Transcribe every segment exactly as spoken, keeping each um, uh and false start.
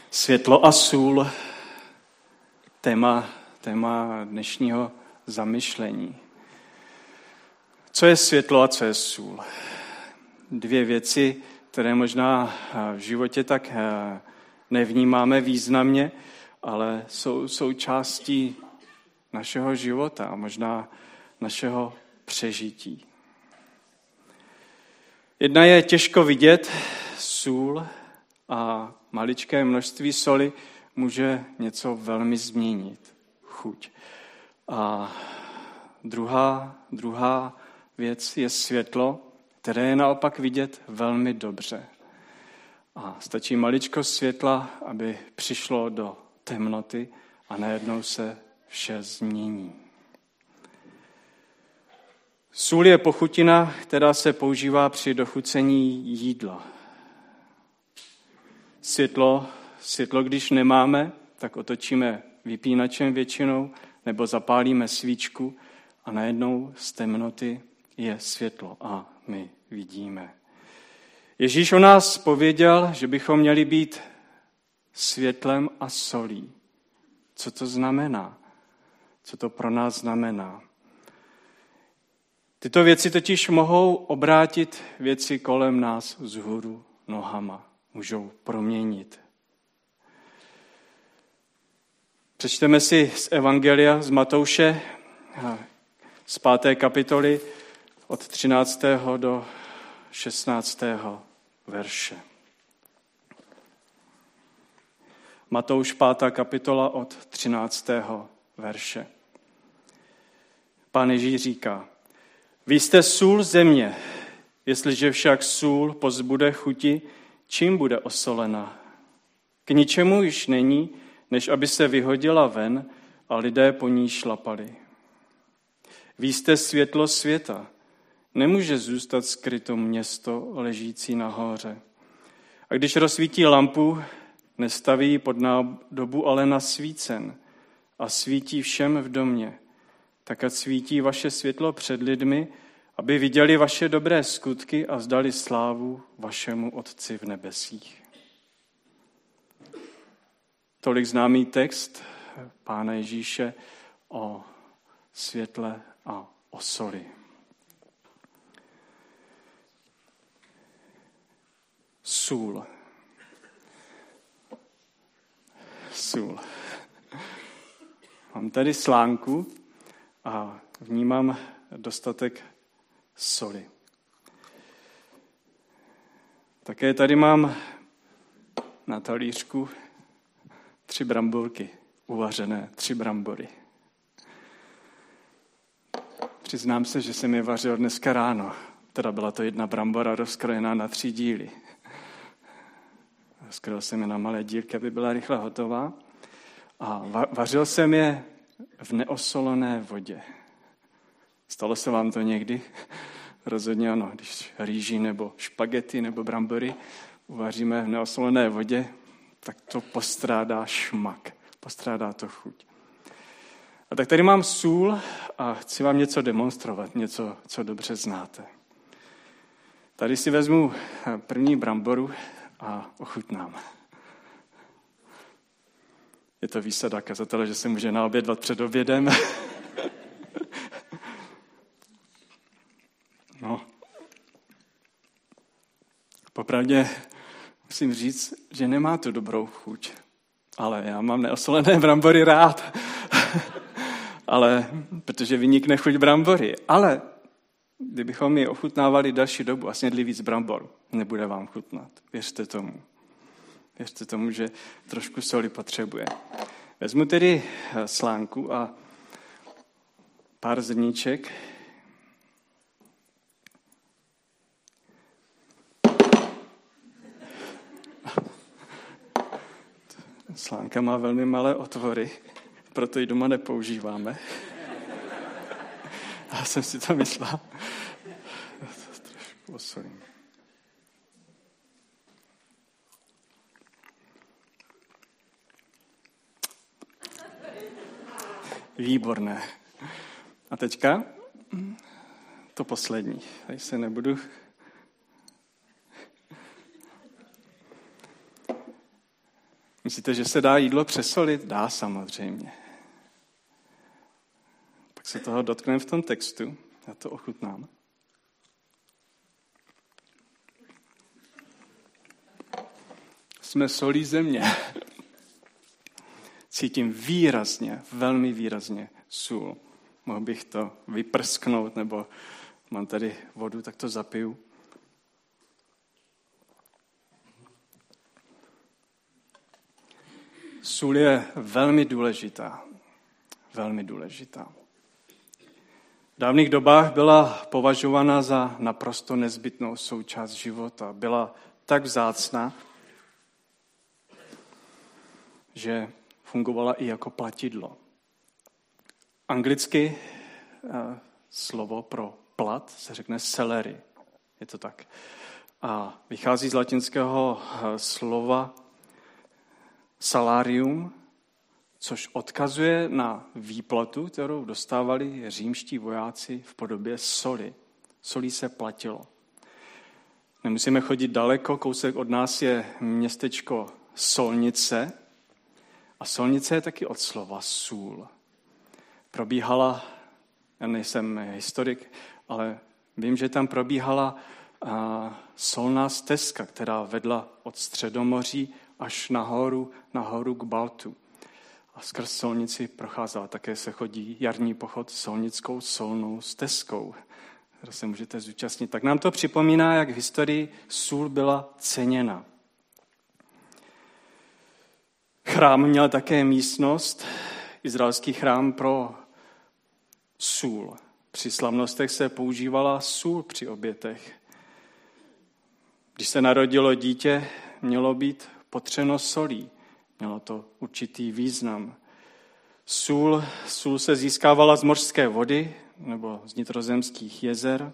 Světlo a sůl, téma, téma dnešního zamyšlení. Co je světlo a co je sůl? Dvě věci, které možná v životě tak nevnímáme významně, ale jsou součástí našeho života a možná našeho přežití. Jedna je těžko vidět, sůl, a maličké množství soli může něco velmi změnit, chuť. A druhá, druhá věc je světlo, které je naopak vidět velmi dobře. A stačí maličko světla, aby přišlo do temnoty a najednou se vše změní. Sůl je pochutina, která se používá při dochucení jídla. Světlo, světlo, když nemáme, tak otočíme vypínačem většinou nebo zapálíme svíčku a najednou z temnoty je světlo a my vidíme. Ježíš o nás pověděl, že bychom měli být světlem a solí. Co to znamená? Co to pro nás znamená? Tyto věci totiž mohou obrátit věci kolem nás vzhůru nohama. Můžou proměnit. Přečteme si z Evangelia z Matouše z páté kapitoly od třináctého do šestnáctého verše. Matouš pátá kapitola od třináctého verše. Pán Ježíš říká: Vy jste sůl země, jestliže však sůl pozbude chuti, čím bude osolena? K ničemu již není, než aby se vyhodila ven a lidé po ní šlapali. Vy jste světlo světa. Nemůže zůstat skryto město ležící nahoře. A když rozsvítí lampu, nestaví ji pod nádobu, ale na svícen a svítí všem v domě. Tak ať svítí vaše světlo před lidmi, aby viděli vaše dobré skutky a vzdali slávu vašemu Otci v nebesích. Tolik známý text Pána Ježíše o světle a o soli. Sůl. Sůl. Mám tady slánku a v ní mám dostatek soli. Také tady mám na talířku tři bramborky, uvařené tři brambory. Přiznám se, že jsem je vařil dneska ráno. Teda byla to jedna brambora rozkrojená na tři díly. Rozkrojil jsem je na malé dílky, aby byla rychle hotová. A vařil jsem je v neosolené vodě. Stalo se vám to někdy? Rozhodně ano, když rýži nebo špagety nebo brambory uvaříme v neosolené vodě, tak to postrádá šmak, postrádá to chuť. A tak tady mám sůl a chci vám něco demonstrovat, něco, co dobře znáte. Tady si vezmu první bramboru a ochutnám. Je to výsada kazatele, že se může naobědvat před obědem. No. Popravdě musím říct, že nemá tu dobrou chuť. Ale já mám neosolené brambory rád. Ale, protože vynikne chuť brambory. Ale kdybychom je ochutnávali další dobu a snědli víc brambor, nebude vám chutnat. Věřte tomu. Věřte tomu, že trošku soli potřebuje. Vezmu tedy slánku a pár zrníček. Slánka má velmi malé otvory, proto ji doma nepoužíváme. Já jsem si to myslel. Trošku osolím. Výborné. A teďka to poslední. Tady se nebudu... Myslíte, že se dá jídlo přesolit? Dá samozřejmě. Pak se toho dotkneme v tom textu. Já to ochutnám. Jsme solí země. Cítím výrazně, velmi výrazně sůl. Mohl bych to vyprsknout, nebo mám tady vodu, tak to zapiju. Sůl je velmi důležitá. Velmi důležitá. V dávných dobách byla považována za naprosto nezbytnou součást života. Byla tak vzácná, že fungovala i jako platidlo. Anglicky eh, slovo pro plat se řekne salary. Je to tak. A vychází z latinského eh, slova salarium, což odkazuje na výplatu, kterou dostávali římští vojáci v podobě soli. Solí se platilo. Nemusíme chodit daleko, kousek od nás je městečko Solnice. A Solnice je taky od slova sůl. Probíhala, já nejsem historik, ale vím, že tam probíhala a, solná stezka, která vedla od Středomoří až nahoru, nahoru k Baltu. A skrz Solnici procházela. Také se chodí jarní pochod Solnickou solnou stezkou, kterou se můžete zúčastnit. Tak nám to připomíná, jak v historii sůl byla ceněna. Chrám měl také místnost, izraelský chrám pro sůl. Při slavnostech se používala sůl při obětech. Když se narodilo dítě, mělo být potřeno solí. Mělo to určitý význam. Sůl, sůl se získávala z mořské vody nebo z vnitrozemských jezer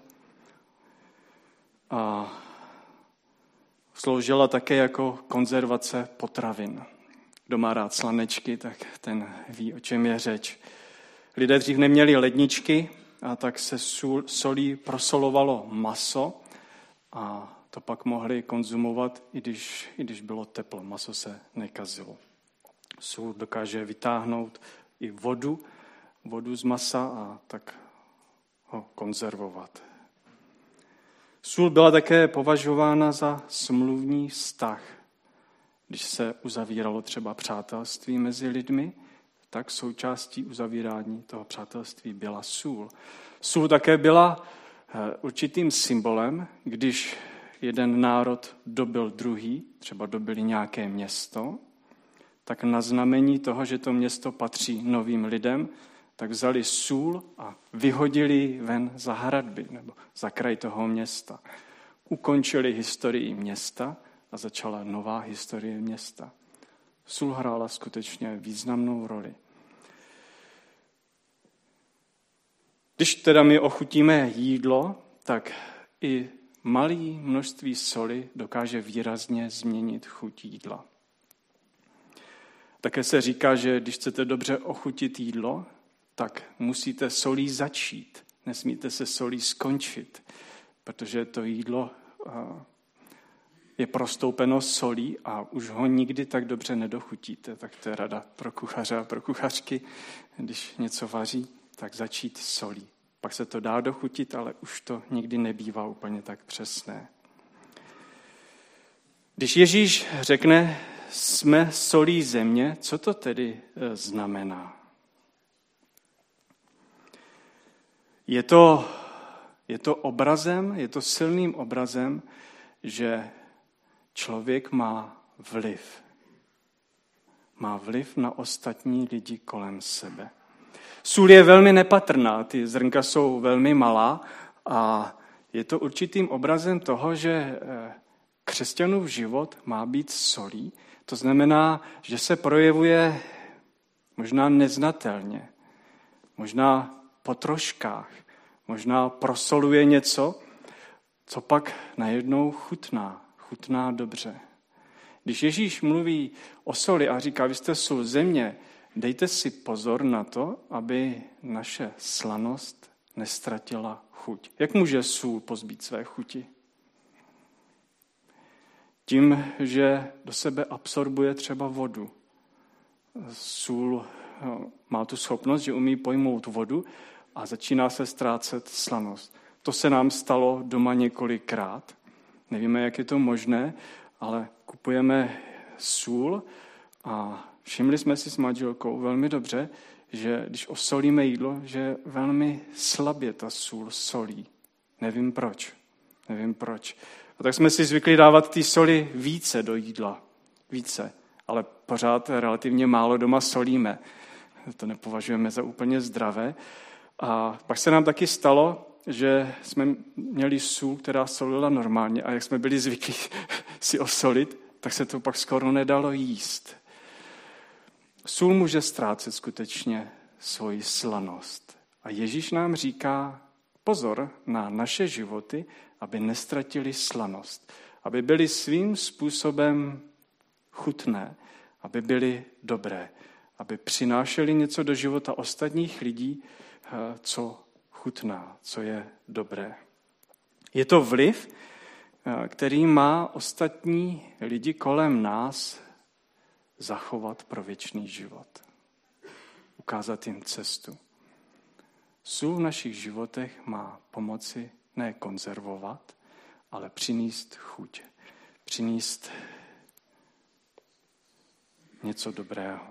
a sloužila také jako konzervace potravin. Kdo má rád slanečky, tak ten ví, o čem je řeč. Lidé dřív neměli ledničky, a tak se sůl, solí prosolovalo maso a to pak mohli konzumovat, i když, i když bylo teplo. Maso se nekazilo. Sůl dokáže vytáhnout i vodu, vodu z masa a tak ho konzervovat. Sůl byla také považována za smluvní vztah. Když se uzavíralo třeba přátelství mezi lidmi, tak součástí uzavírání toho přátelství byla sůl. Sůl také byla určitým symbolem, když jeden národ dobil druhý, třeba dobili nějaké město, tak na znamení toho, že to město patří novým lidem, tak vzali sůl a vyhodili ven za hradby nebo za kraj toho města. Ukončili historii města a začala nová historie města. Sůl hrála skutečně významnou roli. Když teda my ochutíme jídlo, tak i malé množství soli dokáže výrazně změnit chuť jídla. Také se říká, že když chcete dobře ochutit jídlo, tak musíte solí začít. Nesmíte se solí skončit, protože to jídlo je prostoupeno solí a už ho nikdy tak dobře nedochutíte. Tak to je rada pro kuchaře a pro kuchařky, když něco vaří, tak začít solí. Pak se to dá dochutit, ale už to nikdy nebývá úplně tak přesné. Když Ježíš řekne, jsme solí země, co to tedy znamená? Je to, je to obrazem, je to silným obrazem, že člověk má vliv. Má vliv na ostatní lidi kolem sebe. Sůl je velmi nepatrná, ty zrnka jsou velmi malá a je to určitým obrazem toho, že křesťanův život má být solí. To znamená, že se projevuje možná neznatelně, možná po troškách, možná prosoluje něco, co pak najednou chutná, chutná dobře. Když Ježíš mluví o soli a říká, vy jste sůl země, dejte si pozor na to, aby naše slanost nestratila chuť. Jak může sůl pozbít své chuti? Tím, že do sebe absorbuje třeba vodu. Sůl má tu schopnost, že umí pojmout vodu a začíná se ztrácet slanost. To se nám stalo doma několikrát. Nevíme, jak je to možné, ale kupujeme sůl a všimli jsme si s manželkou velmi dobře, že když osolíme jídlo, že velmi slabě ta sůl solí. Nevím proč. Nevím proč. A tak jsme si zvykli dávat ty soli více do jídla. Více. Ale pořád relativně málo doma solíme. To nepovažujeme za úplně zdravé. A pak se nám taky stalo, že jsme měli sůl, která solila normálně a jak jsme byli zvyklí si osolit, tak se to pak skoro nedalo jíst. Sůl může ztrácet skutečně svoji slanost. A Ježíš nám říká pozor na naše životy, aby nestratili slanost. Aby byly svým způsobem chutné, aby byly dobré. Aby přinášeli něco do života ostatních lidí, co chutná, co je dobré. Je to vliv, který má ostatní lidi kolem nás zachovat pro věčný život. Ukázat jim cestu. Sůl v našich životech má pomoci ne konzervovat, ale přinést chuť. Přinést něco dobrého.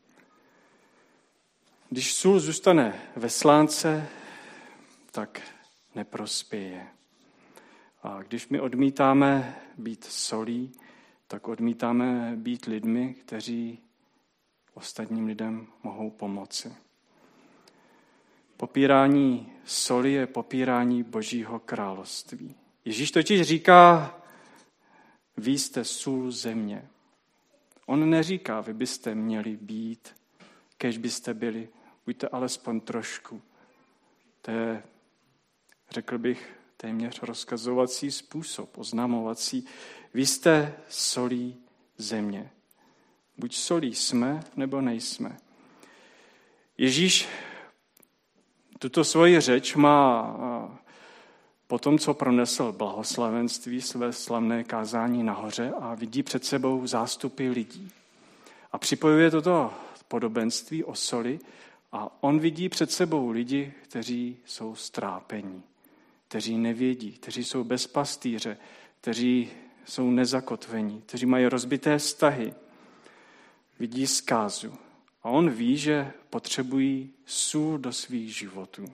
Když sůl zůstane ve slánce, tak neprospěje. A když my odmítáme být solí, tak odmítáme být lidmi, kteří ostatním lidem mohou pomoci. Popírání soli je popírání Božího království. Ježíš totiž říká, vy jste sůl země. On neříká, vy byste měli být, kež byste byli, buďte alespoň trošku. To je, řekl bych, téměř rozkazovací způsob, oznamovací. Vy jste solí země. Buď solí jsme, nebo nejsme. Ježíš tuto svoji řeč má po tom, co pronesl blahoslavenství, své slavné kázání nahoře a vidí před sebou zástupy lidí. A připojuje toto podobenství o soli a on vidí před sebou lidi, kteří jsou strápení, kteří nevědí, kteří jsou bez pastýře, kteří jsou nezakotvení, kteří mají rozbité vztahy. Vidí zkázu. A on ví, že potřebují sůl do svých životů.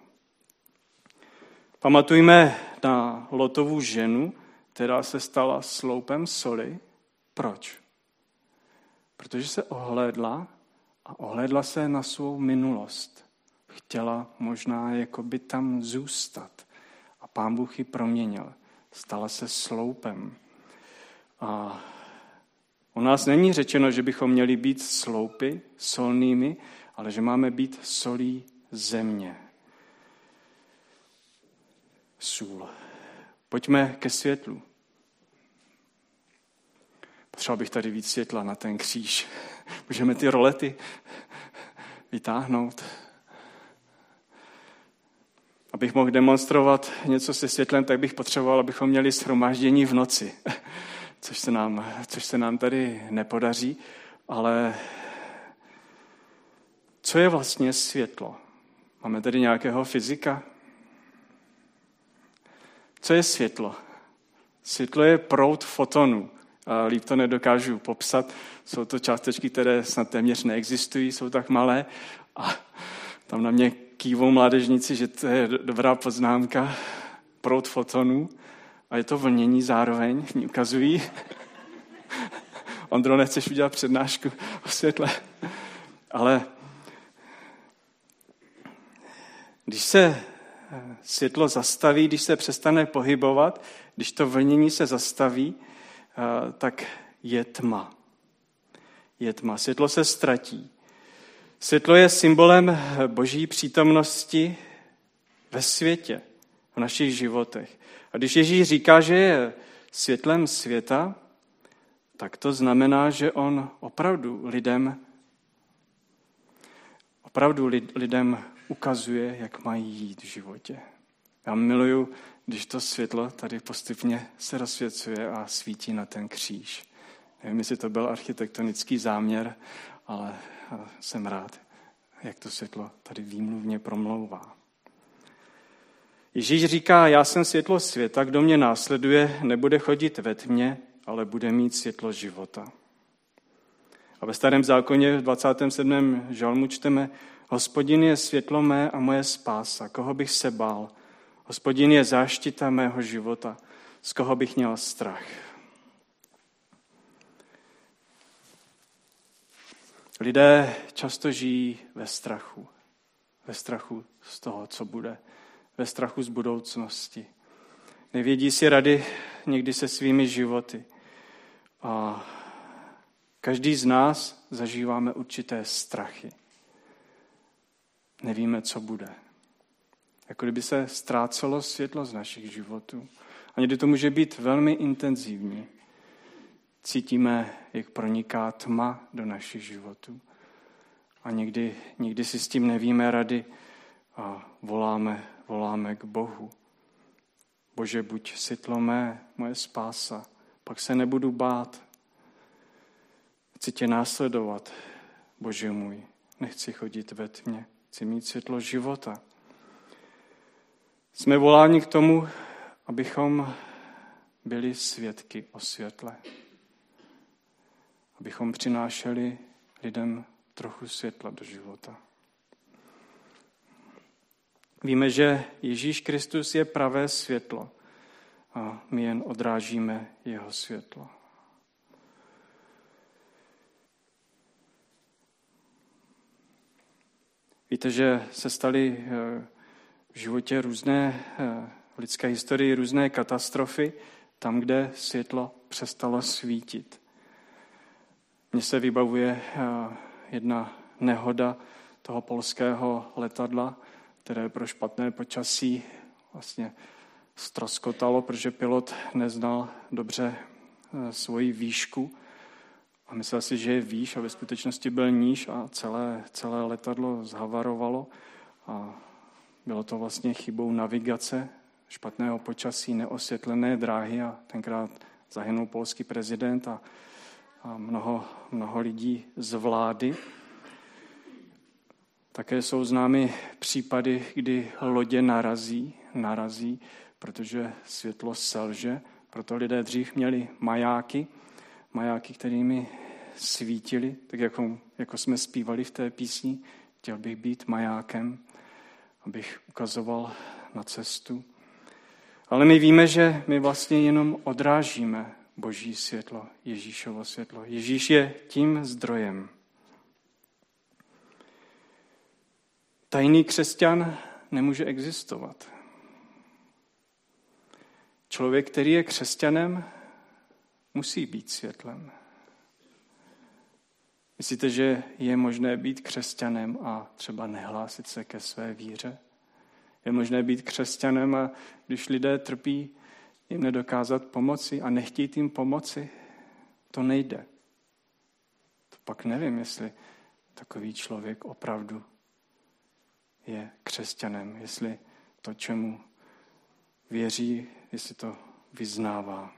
Pamatujme na Lotovu ženu, která se stala sloupem soli. Proč? Protože se ohlédla a ohlédla se na svou minulost. Chtěla možná jakoby tam zůstat. A Pán Bůh ji proměnil. Stala se sloupem. A u nás není řečeno, že bychom měli být sloupy, solnými, ale že máme být solí země. Sůl. Pojďme ke světlu. Potřeboval bych tady víc světla na ten kříž. Můžeme ty rolety vytáhnout. Abych mohl demonstrovat něco se světlem, tak bych potřeboval, abychom měli shromáždění v noci. Což se nám, což se nám tady nepodaří, ale co je vlastně světlo? Máme tady nějakého fyzika? Co je světlo? Světlo je proud fotonů. A líp to nedokážu popsat. Jsou to částečky, které snad téměř neexistují, jsou tak malé. A tam na mě kývou mládežníci, že to je dobrá poznámka. Proud fotonů. A je to vlnění zároveň, mi ukazují. Ondro, nechceš udělat přednášku o světle? Ale když se světlo zastaví, když se přestane pohybovat, když to vlnění se zastaví, tak je tma. Je tma. Světlo se ztratí. Světlo je symbolem Boží přítomnosti ve světě, v našich životech. A když Ježíš říká, že je světlem světa, tak to znamená, že on opravdu lidem, opravdu lidem ukazuje, jak mají jít v životě. Já miluju, když to světlo tady postupně se rozsvěcuje a svítí na ten kříž. Nevím, jestli to byl architektonický záměr, ale jsem rád, jak to světlo tady výmluvně promlouvá. Ježíš říká, já jsem světlo světa, kdo mě následuje, nebude chodit ve tmě, ale bude mít světlo života. A ve Starém zákoně v dvacátém sedmém žalmu čteme, Hospodin je světlo mé a moje spása, koho bych se bál. Hospodin je záštita mého života, z koho bych měl strach. Lidé často žijí ve strachu. Ve strachu z toho, co bude. Ve strachu z budoucnosti. Nevědí si rady někdy se svými životy. A každý z nás zažíváme určité strachy. Nevíme, co bude. Jako kdyby se ztrácelo světlo z našich životů. A někdy to může být velmi intenzivní. Cítíme, jak proniká tma do našich životů. A někdy, někdy si s tím nevíme rady a voláme, voláme k Bohu. Bože, buď světlo mé, moje spása, pak se nebudu bát. Chci tě následovat, Bože můj, nechci chodit ve tmě, chci mít světlo života. Jsme voláni k tomu, abychom byli svědky o světle. Abychom přinášeli lidem trochu světla do života. Víme, že Ježíš Kristus je pravé světlo a my jen odrážíme jeho světlo. Víte, že se staly v životě různé, v lidské historii různé katastrofy, tam, kde světlo přestalo svítit. Mně se vybavuje jedna nehoda toho polského letadla, které pro špatné počasí vlastně ztroskotalo, protože pilot neznal dobře svoji výšku a myslel si, že je výš a ve skutečnosti byl níž a celé, celé letadlo zhavarovalo a bylo to vlastně chybou navigace, špatného počasí, neosvětlené dráhy a tenkrát zahynul polský prezident a, a mnoho, mnoho lidí z vlády. Také jsou známy případy, kdy lodě narazí, narazí, protože světlo selže. Proto lidé dřív měli majáky, majáky, kterými svítili, tak jako, jako jsme zpívali v té písni. Chtěl bych být majákem, abych ukazoval na cestu. Ale my víme, že my vlastně jenom odrážíme Boží světlo, Ježíšovo světlo. Ježíš je tím zdrojem. Tajný křesťan nemůže existovat. Člověk, který je křesťanem, musí být světlem. Myslíte, že je možné být křesťanem a třeba nehlásit se ke své víře? Je možné být křesťanem a když lidé trpí, jim nedokázat pomoci a nechtít jim pomoci? To nejde. To pak nevím, jestli takový člověk opravdu je křesťanem, jestli to, čemu věří, jestli to vyznává.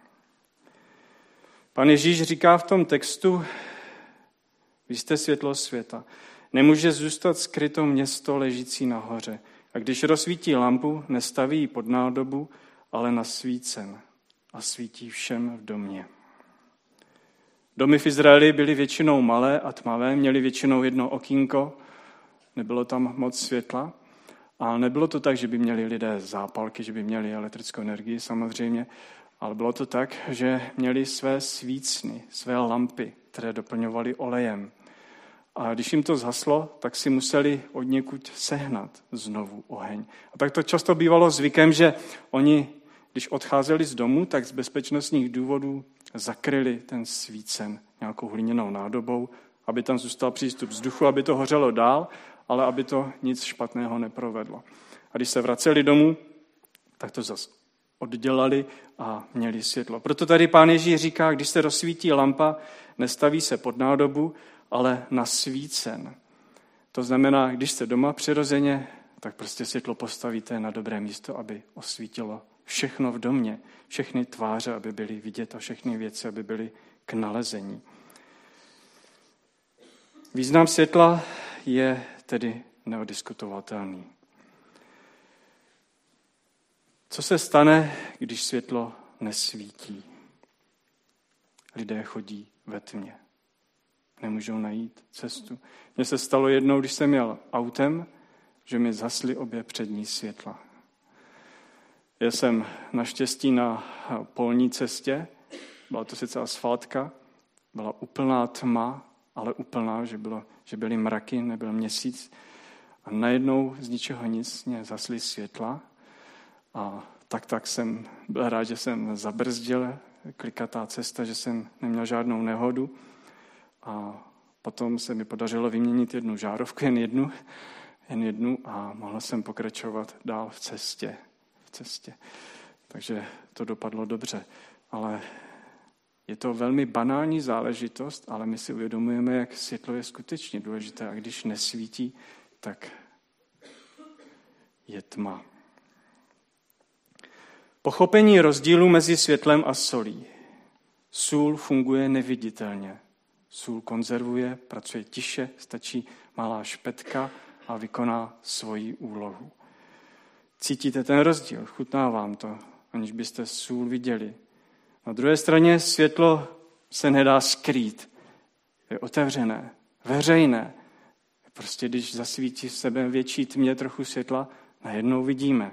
Pan Ježíš říká v tom textu, vy jste světlo světa. Nemůže zůstat skryto město ležící nahoře. A když rozsvítí lampu, nestaví ji pod nádobu, ale na svícen a svítí všem v domě. Domy v Izraeli byly většinou malé a tmavé, měly většinou jedno okýnko, nebylo tam moc světla. A nebylo to tak, že by měli lidé zápalky, že by měli elektrickou energii samozřejmě, ale bylo to tak, že měli své svícny, své lampy, které doplňovaly olejem. A když jim to zhaslo, tak si museli odněkud sehnat znovu oheň. A tak to často bývalo zvykem, že oni, když odcházeli z domu, tak z bezpečnostních důvodů zakryli ten svícen nějakou hliněnou nádobou, aby tam zůstal přístup vzduchu, aby to hořelo dál, ale aby to nic špatného neprovedlo. A když se vraceli domů, tak to zase oddělali a měli světlo. Proto tady Pán Ježíš říká, když se rozsvítí lampa, nestaví se pod nádobu, ale na svícen. To znamená, když jste doma přirozeně tak prostě světlo postavíte na dobré místo, aby osvítilo všechno v domě, všechny tváře, aby byly vidět a všechny věci, aby byly k nalezení. Význam světla je tedy neodiskutovatelný. Co se stane, když světlo nesvítí? Lidé chodí ve tmě. Nemůžou najít cestu. Mně se stalo jednou, když jsem jel autem, že mi zhasly obě přední světla. Já jsem naštěstí na polní cestě, byla to sice asfaltka, byla úplná tma, ale úplná, že, bylo, že byly mraky, nebyl měsíc. A najednou z ničeho nic mě zhasly světla. A tak tak jsem byl rád, že jsem zabrzdil, klikatá cesta, že jsem neměl žádnou nehodu. A potom se mi podařilo vyměnit jednu žárovku, jen jednu, jen jednu a mohl jsem pokračovat dál v cestě. V cestě. Takže to dopadlo dobře. Ale je to velmi banální záležitost, ale my si uvědomujeme, jak světlo je skutečně důležité. A když nesvítí, tak je tma. Pochopení rozdílu mezi světlem a solí. Sůl funguje neviditelně. Sůl konzervuje, pracuje tiše, stačí malá špetka a vykoná svoji úlohu. Cítíte ten rozdíl, chutná vám to, aniž byste sůl viděli. Na druhé straně světlo se nedá skrýt. Je otevřené, veřejné. Prostě když zasvítí v sebe větší tmě trochu světla, najednou vidíme.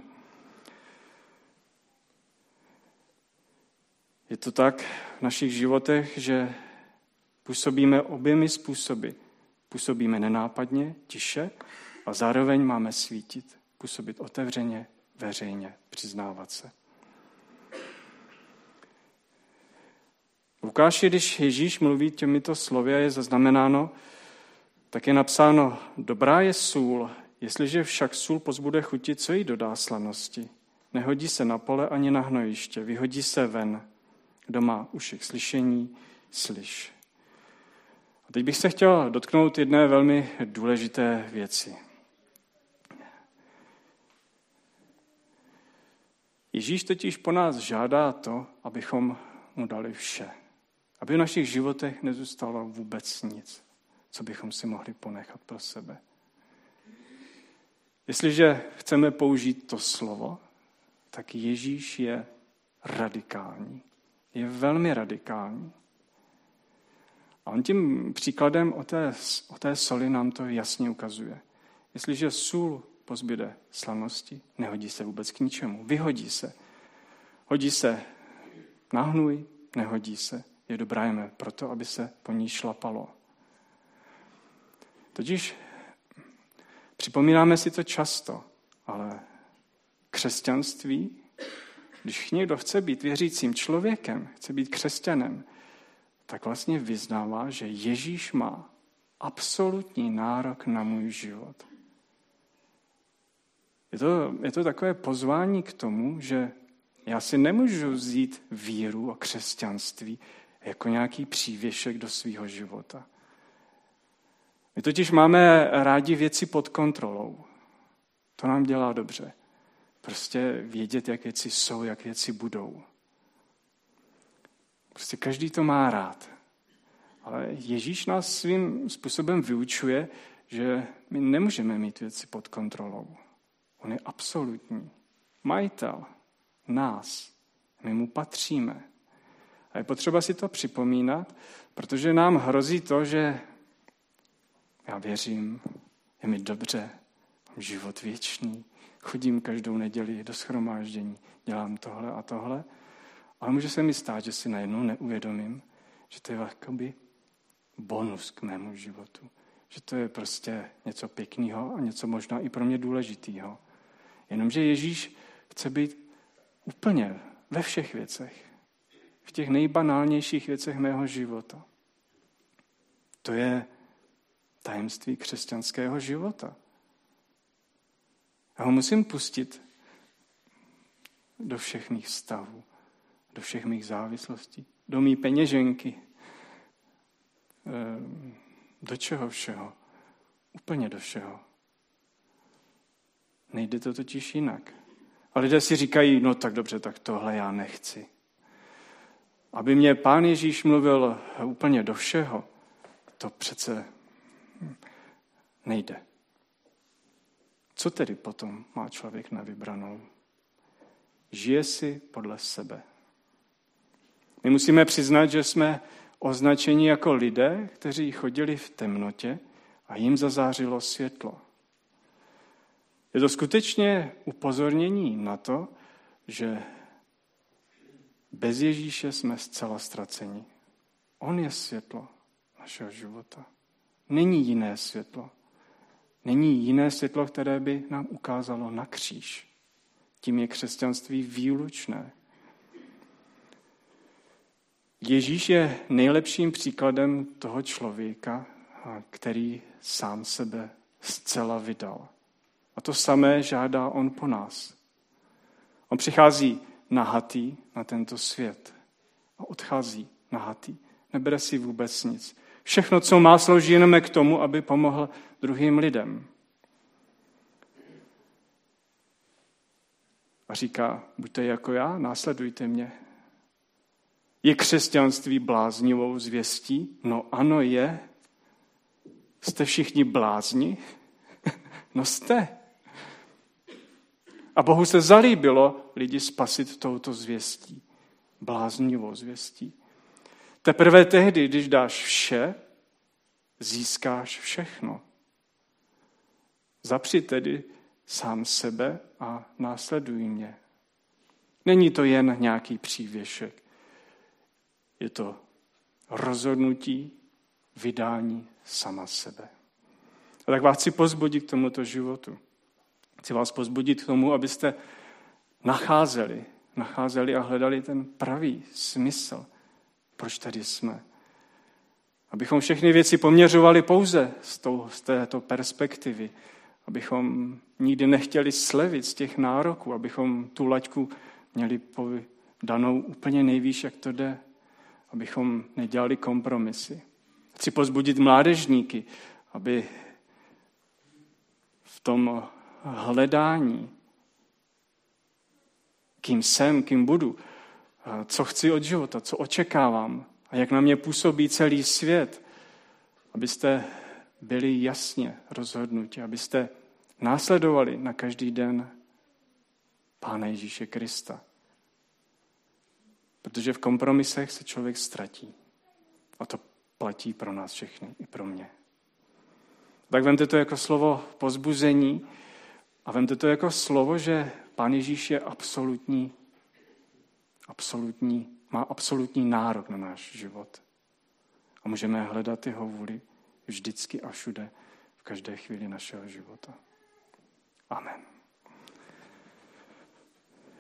Je to tak v našich životech, že působíme oběmi způsoby. Působíme nenápadně, tiše a zároveň máme svítit. Působit otevřeně, veřejně, přiznávat se. V Lukáši, když Ježíš mluví těmito slovy a je zaznamenáno, tak je napsáno, dobrá je sůl, jestliže však sůl pozbude chuti, co jí dodá slanosti. Nehodí se na pole ani na hnojiště, vyhodí se ven. Kdo má uši k slyšení, slyš. A teď bych se chtěl dotknout jedné velmi důležité věci. Ježíš totiž po nás žádá to, abychom mu dali vše. Aby v našich životech nezůstalo vůbec nic, co bychom si mohli ponechat pro sebe. Jestliže chceme použít to slovo, tak Ježíš je radikální. Je velmi radikální. A on tím příkladem o té, o té soli nám to jasně ukazuje. Jestliže sůl pozbyde slanosti, nehodí se vůbec k ničemu. Vyhodí se. Hodí se na hnůj, nehodí se. Je dobrá jen proto, aby se po ní šlapalo. Totiž připomínáme si to často, ale křesťanství, když někdo chce být věřícím člověkem, chce být křesťanem, tak vlastně vyznává, že Ježíš má absolutní nárok na můj život. Je to, je to takové pozvání k tomu, že já si nemůžu vzít víru a křesťanství jako nějaký přívěšek do svého života. My totiž máme rádi věci pod kontrolou. To nám dělá dobře. Prostě vědět, jak věci jsou, jak věci budou. Prostě každý to má rád. Ale Ježíš nás svým způsobem vyučuje, že my nemůžeme mít věci pod kontrolou. On je absolutní. Majitel nás. My mu patříme. A je potřeba si to připomínat, protože nám hrozí to, že já věřím, je mi dobře, mám život věčný, chodím každou neděli do shromáždění, dělám tohle a tohle, ale může se mi stát, že si najednou neuvědomím, že to je jakoby bonus k mému životu. Že to je prostě něco pěkného a něco možná i pro mě důležitého. Jenomže Ježíš chce být úplně ve všech věcech. V těch nejbanálnějších věcech mého života. To je tajemství křesťanského života. Já ho musím pustit do všech mých vztahů, do všech mých závislostí, do mý peněženky, do čeho všeho, úplně do všeho. Nejde to totiž jinak. A lidé si říkají, no tak dobře, tak tohle já nechci. Aby mě Pán Ježíš mluvil úplně do všeho, to přece nejde. Co tedy potom má člověk na vybranou? Žije si podle sebe. My musíme přiznat, že jsme označeni jako lidé, kteří chodili v temnotě a jim zazářilo světlo. Je to skutečně upozornění na to, že bez Ježíše jsme zcela ztraceni. On je světlo našeho života. Není jiné světlo. Není jiné světlo, které by nám ukázalo na kříž. Tím je křesťanství výlučné. Ježíš je nejlepším příkladem toho člověka, který sám sebe zcela vydal. A to samé žádá on po nás. On přichází nahatý na tento svět a odchází nahatý. Nebere si vůbec nic. Všechno, co má, slouží jenom k tomu, aby pomohl druhým lidem. A říká, buďte jako já, následujte mě. Je křesťanství bláznivou zvěstí? No ano, je. Jste všichni blázni? No jste. A Bohu se zalíbilo lidi spasit touto zvěstí. Bláznivou zvěstí. Teprve tehdy, když dáš vše, získáš všechno. Zapři tedy sám sebe a následuj mě. Není to jen nějaký přívěšek. Je to rozhodnutí, vydání sama sebe. A tak vás chci pozbudit k tomuto životu. Chci vás pozbudit k tomu, abyste nacházeli, nacházeli a hledali ten pravý smysl, proč tady jsme. Abychom všechny věci poměřovali pouze z, tou, z této perspektivy. Abychom nikdy nechtěli slevit z těch nároků, abychom tu laťku měli danou úplně nejvýš, jak to jde. Abychom nedělali kompromisy. Chci pozbudit mládežníky, aby v tom hledání, kým jsem, kým budu, co chci od života, co očekávám a jak na mě působí celý svět, abyste byli jasně rozhodnuti, abyste následovali na každý den Pána Ježíše Krista. Protože v kompromisech se člověk ztratí. A to platí pro nás všechny, i pro mě. Tak vemte to jako slovo povzbuzení a vemte to jako slovo, že Pán Ježíš je absolutní, absolutní, má absolutní nárok na náš život. A můžeme hledat jeho vůli vždycky a všude, v každé chvíli našeho života. Amen.